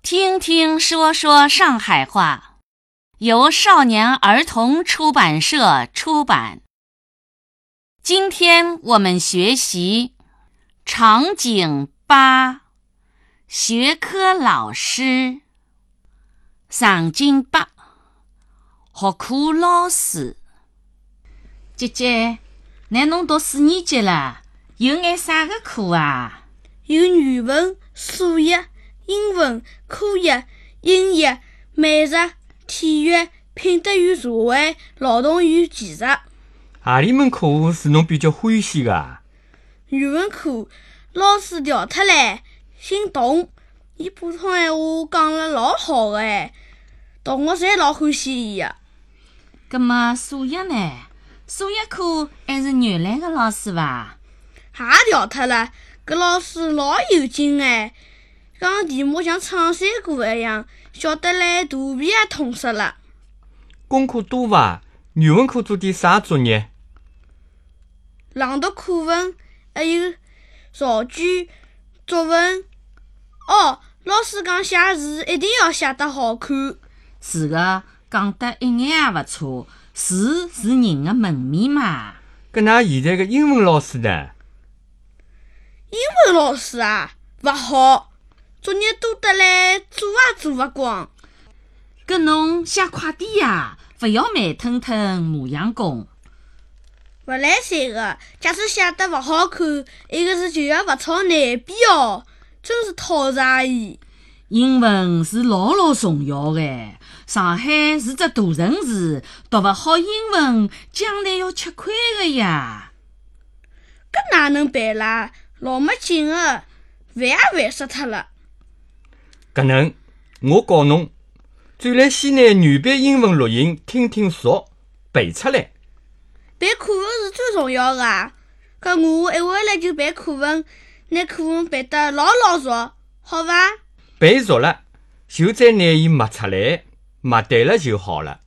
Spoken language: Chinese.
听听说说上海话，由少年儿童出版社出版。今天我们学习场景8，学科老师。场景8，学科老师。姐姐，乃侬读4年级了，有眼啥个课啊？ 有语文、数学、英文、科学、音乐、美术、体育、品德与社会、劳动与技术。 何里门课是侬比较欢喜的？ 语文课老师调脱来，姓董，伊普通闲话讲了老好的，同学侪老欢喜伊的。 葛么数学呢？数学课还是原来的老师伐？ 也调脱了，搿老师老有劲的，讲题目像唱山歌一样，晓得来肚皮也痛死了。 功课多伐？语文课做点啥作业？ 朗读课文，还有造句、作文。老师讲写字一定要写得好看。 是的，讲得一眼也勿错。字是人的门面嘛。 搿㑚现在个英文老师呢？ 英文老师啊，勿好，作业多得来，做也做勿光。 搿侬写快点呀，勿要慢吞吞磨洋工。 勿来三个，假使写得勿好看，一个字就要勿抄难边哦，真是讨厌伊。 英文是老重要的，上海是只大城市，读勿好英文，将来要吃亏的呀。 搿哪能办啦？老没劲的，烦也烦死脱了。 搿能，我教侬，转来先拿原版英文录音听听熟，背出来。 背课文是最重要的啊！搿我一回来就背课文，拿课文背得老熟，好伐？ 背熟了，就再拿伊默出来，默对了就好了。